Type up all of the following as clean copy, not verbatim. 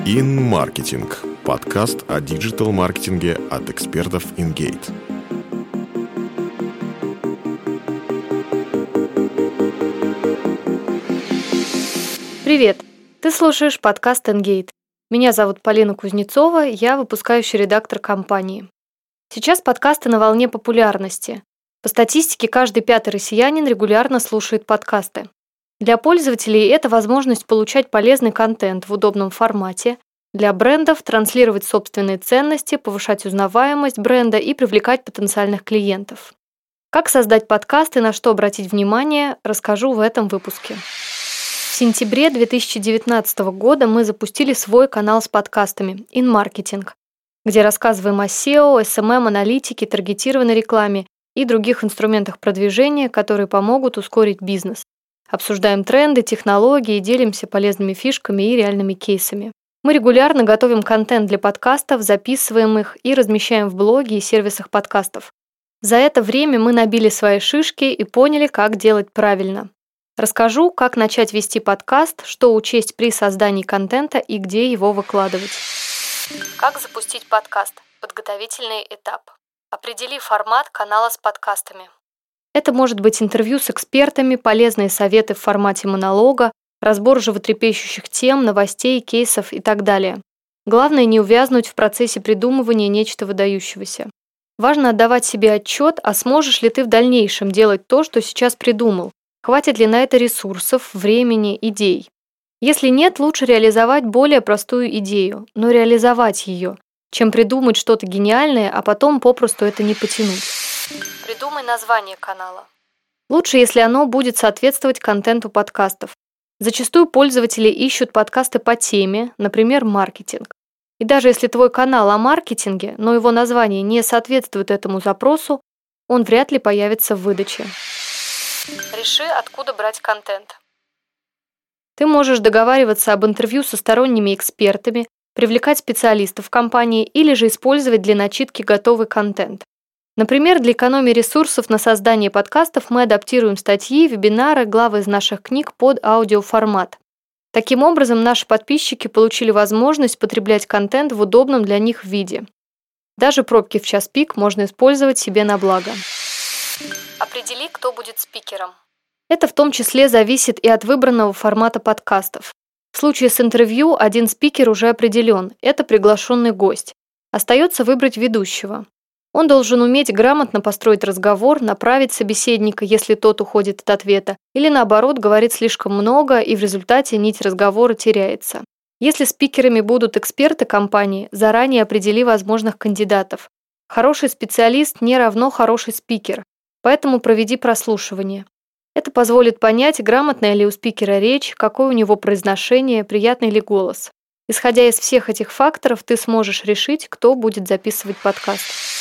InMarketing – подкаст о диджитал-маркетинге от экспертов InGate. Привет! Ты слушаешь подкаст InGate. Меня зовут Полина Кузнецова, я выпускающий редактор компании. Сейчас подкасты на волне популярности. По статистике, каждый пятый россиянин регулярно слушает подкасты. Для пользователей это возможность получать полезный контент в удобном формате, для брендов транслировать собственные ценности, повышать узнаваемость бренда и привлекать потенциальных клиентов. Как создать подкаст и на что обратить внимание, расскажу в этом выпуске. В сентябре 2019 года мы запустили свой канал с подкастами InMarketing, где рассказываем о SEO, SMM, аналитике, таргетированной рекламе и других инструментах продвижения, которые помогут ускорить бизнес. Обсуждаем тренды, технологии, делимся полезными фишками и реальными кейсами. Мы регулярно готовим контент для подкастов, записываем их и размещаем в блоге и сервисах подкастов. За это время мы набили свои шишки и поняли, как делать правильно. Расскажу, как начать вести подкаст, что учесть при создании контента и где его выкладывать. Как запустить подкаст? Подготовительный этап. Определи формат канала с подкастами. Это может быть интервью с экспертами, полезные советы в формате монолога, разбор животрепещущих тем, новостей, кейсов и так далее. Главное не увязнуть в процессе придумывания нечто выдающегося. Важно отдавать себе отчет, а сможешь ли ты в дальнейшем делать то, что сейчас придумал. Хватит ли на это ресурсов, времени, идей? Если нет, лучше реализовать более простую идею, но реализовать ее, чем придумать что-то гениальное, а потом попросту это не потянуть. Придумай название канала. Лучше, если оно будет соответствовать контенту подкастов. Зачастую пользователи ищут подкасты по теме, например, маркетинг. И даже если твой канал о маркетинге, но его название не соответствует этому запросу, он вряд ли появится в выдаче. Реши, откуда брать контент. Ты можешь договариваться об интервью со сторонними экспертами, привлекать специалистов в компании или же использовать для начитки готовый контент. Например, для экономии ресурсов на создание подкастов мы адаптируем статьи, вебинары, главы из наших книг под аудиоформат. Таким образом, наши подписчики получили возможность потреблять контент в удобном для них виде. Даже пробки в час пик можно использовать себе на благо. Определи, кто будет спикером. Это в том числе зависит и от выбранного формата подкастов. В случае с интервью один спикер уже определен – это приглашенный гость. Остается выбрать ведущего. Он должен уметь грамотно построить разговор, направить собеседника, если тот уходит от ответа, или наоборот, говорит слишком много, и в результате нить разговора теряется. Если спикерами будут эксперты компании, заранее определи возможных кандидатов. Хороший специалист не равно хороший спикер, поэтому проведи прослушивание. Это позволит понять, грамотная ли у спикера речь, какое у него произношение, приятный ли голос. Исходя из всех этих факторов, ты сможешь решить, кто будет записывать подкаст.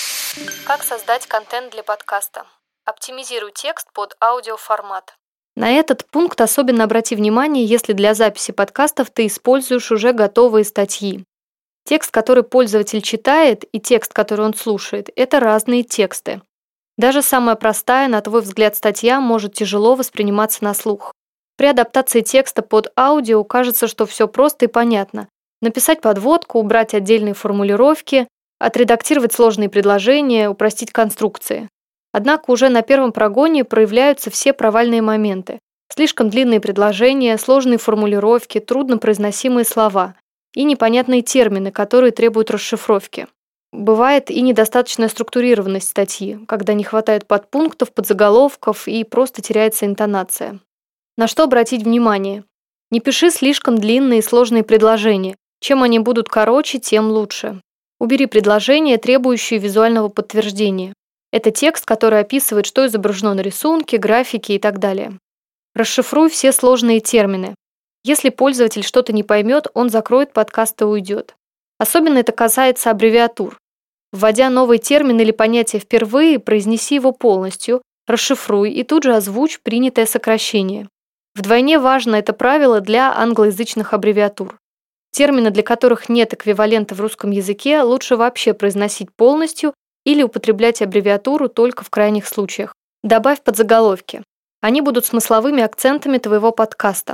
Как создать контент для подкаста? Оптимизируй текст под аудиоформат. На этот пункт особенно обрати внимание, если для записи подкастов ты используешь уже готовые статьи. Текст, который пользователь читает, и текст, который он слушает, это разные тексты. Даже самая простая, на твой взгляд, статья может тяжело восприниматься на слух. При адаптации текста под аудио кажется, что все просто и понятно. Написать подводку, убрать отдельные формулировки, отредактировать сложные предложения, упростить конструкции. Однако уже на первом прогоне проявляются все провальные моменты. Слишком длинные предложения, сложные формулировки, труднопроизносимые слова и непонятные термины, которые требуют расшифровки. Бывает и недостаточная структурированность статьи, когда не хватает подпунктов, подзаголовков и просто теряется интонация. На что обратить внимание? Не пиши слишком длинные и сложные предложения. Чем они будут короче, тем лучше. Убери предложения, требующие визуального подтверждения. Это текст, который описывает, что изображено на рисунке, графике и так далее. Расшифруй все сложные термины. Если пользователь что-то не поймет, он закроет подкаст и уйдет. Особенно это касается аббревиатур. Вводя новый термин или понятие впервые, произнеси его полностью, расшифруй и тут же озвучь принятое сокращение. Вдвойне важно это правило для англоязычных аббревиатур. Термины, для которых нет эквивалента в русском языке, лучше вообще произносить полностью или употреблять аббревиатуру только в крайних случаях. Добавь подзаголовки. Они будут смысловыми акцентами твоего подкаста.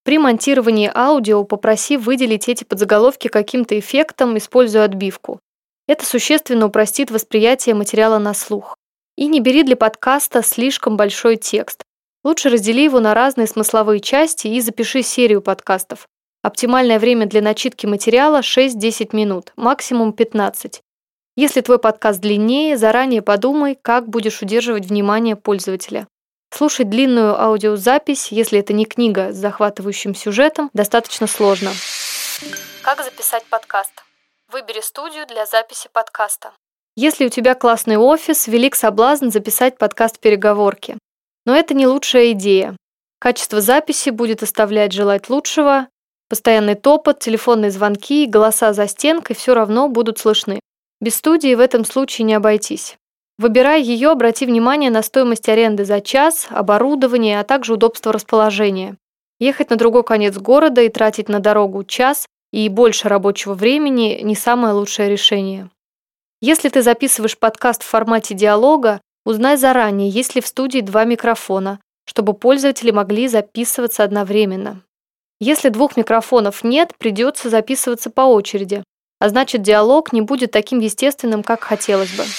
При монтировании аудио попроси выделить эти подзаголовки каким-то эффектом, используя отбивку. Это существенно упростит восприятие материала на слух. И не бери для подкаста слишком большой текст. Лучше раздели его на разные смысловые части и запиши серию подкастов. Оптимальное время для начитки материала 6-10 минут, максимум 15. Если твой подкаст длиннее, заранее подумай, как будешь удерживать внимание пользователя. Слушать длинную аудиозапись, если это не книга с захватывающим сюжетом, достаточно сложно. Как записать подкаст? Выбери студию для записи подкаста. Если у тебя классный офис, велик соблазн записать подкаст в переговорке. Но это не лучшая идея. Качество записи будет оставлять желать лучшего. Постоянный топот, телефонные звонки, голоса за стенкой все равно будут слышны. Без студии в этом случае не обойтись. Выбирая ее, обрати внимание на стоимость аренды за час, оборудование, а также удобство расположения. Ехать на другой конец города и тратить на дорогу час и больше рабочего времени не самое лучшее решение. Если ты записываешь подкаст в формате диалога, узнай заранее, есть ли в студии 2 микрофона, чтобы пользователи могли записываться одновременно. Если 2 микрофонов нет, придется записываться по очереди, а значит, диалог не будет таким естественным, как хотелось бы.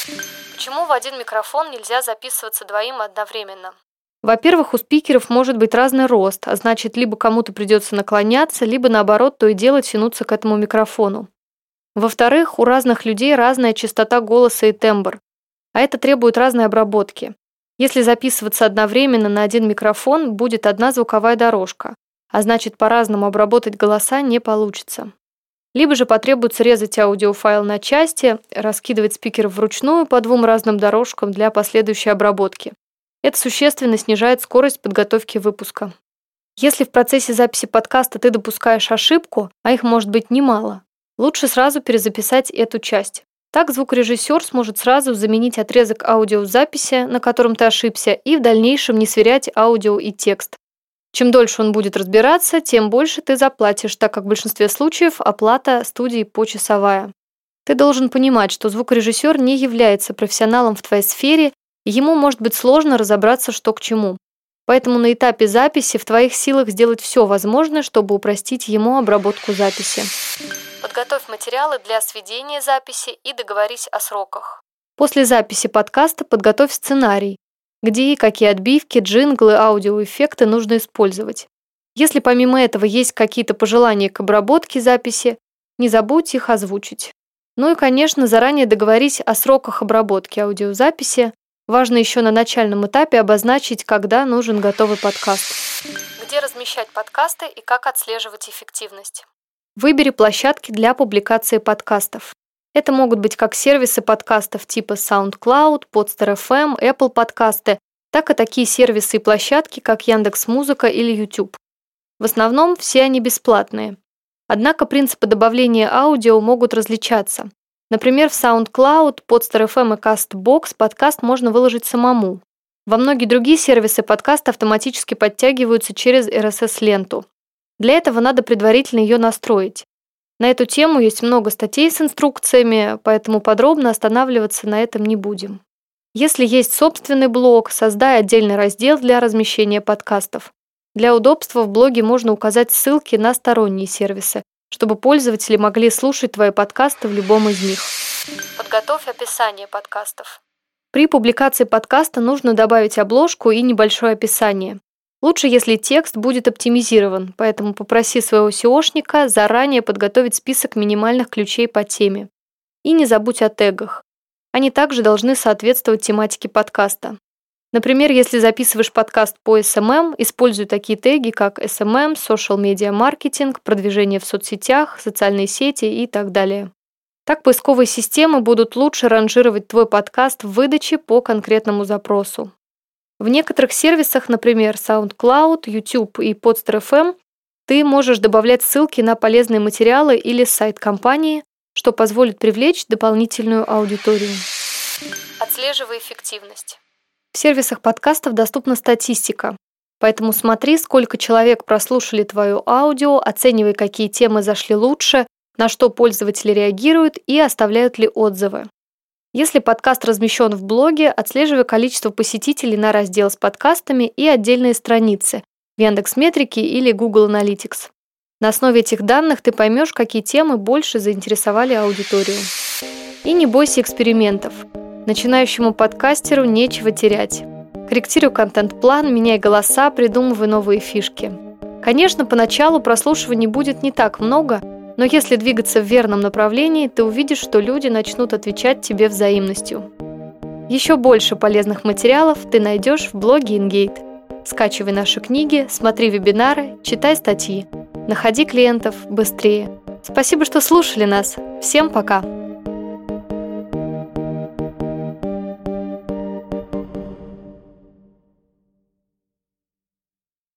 Почему в один микрофон нельзя записываться 2 одновременно? Во-первых, у спикеров может быть разный рост, а значит, либо кому-то придется наклоняться, либо наоборот, то и дело тянуться к этому микрофону. Во-вторых, у разных людей разная частота голоса и тембр, а это требует разной обработки. Если записываться одновременно на один микрофон, будет одна звуковая дорожка, а значит, по-разному обработать голоса не получится. Либо же потребуется резать аудиофайл на части, раскидывать спикеров вручную по 2 разным дорожкам для последующей обработки. Это существенно снижает скорость подготовки выпуска. Если в процессе записи подкаста ты допускаешь ошибку, а их может быть немало, лучше сразу перезаписать эту часть. Так звукорежиссер сможет сразу заменить отрезок аудиозаписи, на котором ты ошибся, и в дальнейшем не сверять аудио и текст. Чем дольше он будет разбираться, тем больше ты заплатишь, так как в большинстве случаев оплата студии почасовая. Ты должен понимать, что звукорежиссер не является профессионалом в твоей сфере, и ему может быть сложно разобраться, что к чему. Поэтому на этапе записи в твоих силах сделать все возможное, чтобы упростить ему обработку записи. Подготовь материалы для сведения записи и договорись о сроках. После записи подкаста подготовь сценарий, где и какие отбивки, джинглы, аудиоэффекты нужно использовать. Если помимо этого есть какие-то пожелания к обработке записи, не забудь их озвучить. Ну и, конечно, заранее договорись о сроках обработки аудиозаписи. Важно еще на начальном этапе обозначить, когда нужен готовый подкаст. Где размещать подкасты и как отслеживать эффективность? Выбери площадки для публикации подкастов. Это могут быть как сервисы подкастов типа SoundCloud, Podster.fm, Apple подкасты, так и такие сервисы и площадки, как Яндекс.Музыка или YouTube. В основном все они бесплатные. Однако принципы добавления аудио могут различаться. Например, в SoundCloud, Podster.fm и CastBox подкаст можно выложить самому. Во многие другие сервисы подкаст автоматически подтягиваются через RSS-ленту. Для этого надо предварительно ее настроить. На эту тему есть много статей с инструкциями, поэтому подробно останавливаться на этом не будем. Если есть собственный блог, создай отдельный раздел для размещения подкастов. Для удобства в блоге можно указать ссылки на сторонние сервисы, чтобы пользователи могли слушать твои подкасты в любом из них. Подготовь описание подкастов. При публикации подкаста нужно добавить обложку и небольшое описание. Лучше, если текст будет оптимизирован, поэтому попроси своего SEOшника заранее подготовить список минимальных ключей по теме. И не забудь о тегах. Они также должны соответствовать тематике подкаста. Например, если записываешь подкаст по SMM, используй такие теги, как SMM, social media marketing, продвижение в соцсетях, социальные сети и так далее. Так поисковые системы будут лучше ранжировать твой подкаст в выдаче по конкретному запросу. В некоторых сервисах, например, SoundCloud, YouTube и Podster.fm, ты можешь добавлять ссылки на полезные материалы или сайт компании, что позволит привлечь дополнительную аудиторию. Отслеживай эффективность. В сервисах подкастов доступна статистика, поэтому смотри, сколько человек прослушали твое аудио, оценивай, какие темы зашли лучше, на что пользователи реагируют и оставляют ли отзывы. Если подкаст размещен в блоге, отслеживай количество посетителей на раздел с подкастами и отдельные страницы, в Яндекс.Метрике или Google Analytics. На основе этих данных ты поймешь, какие темы больше заинтересовали аудиторию. И не бойся экспериментов. Начинающему подкастеру нечего терять. Корректируй контент-план, меняй голоса, придумывай новые фишки. Конечно, поначалу прослушиваний будет не так много, но если двигаться в верном направлении, ты увидишь, что люди начнут отвечать тебе взаимностью. Еще больше полезных материалов ты найдешь в блоге InGate. Скачивай наши книги, смотри вебинары, читай статьи. Находи клиентов быстрее. Спасибо, что слушали нас. Всем пока!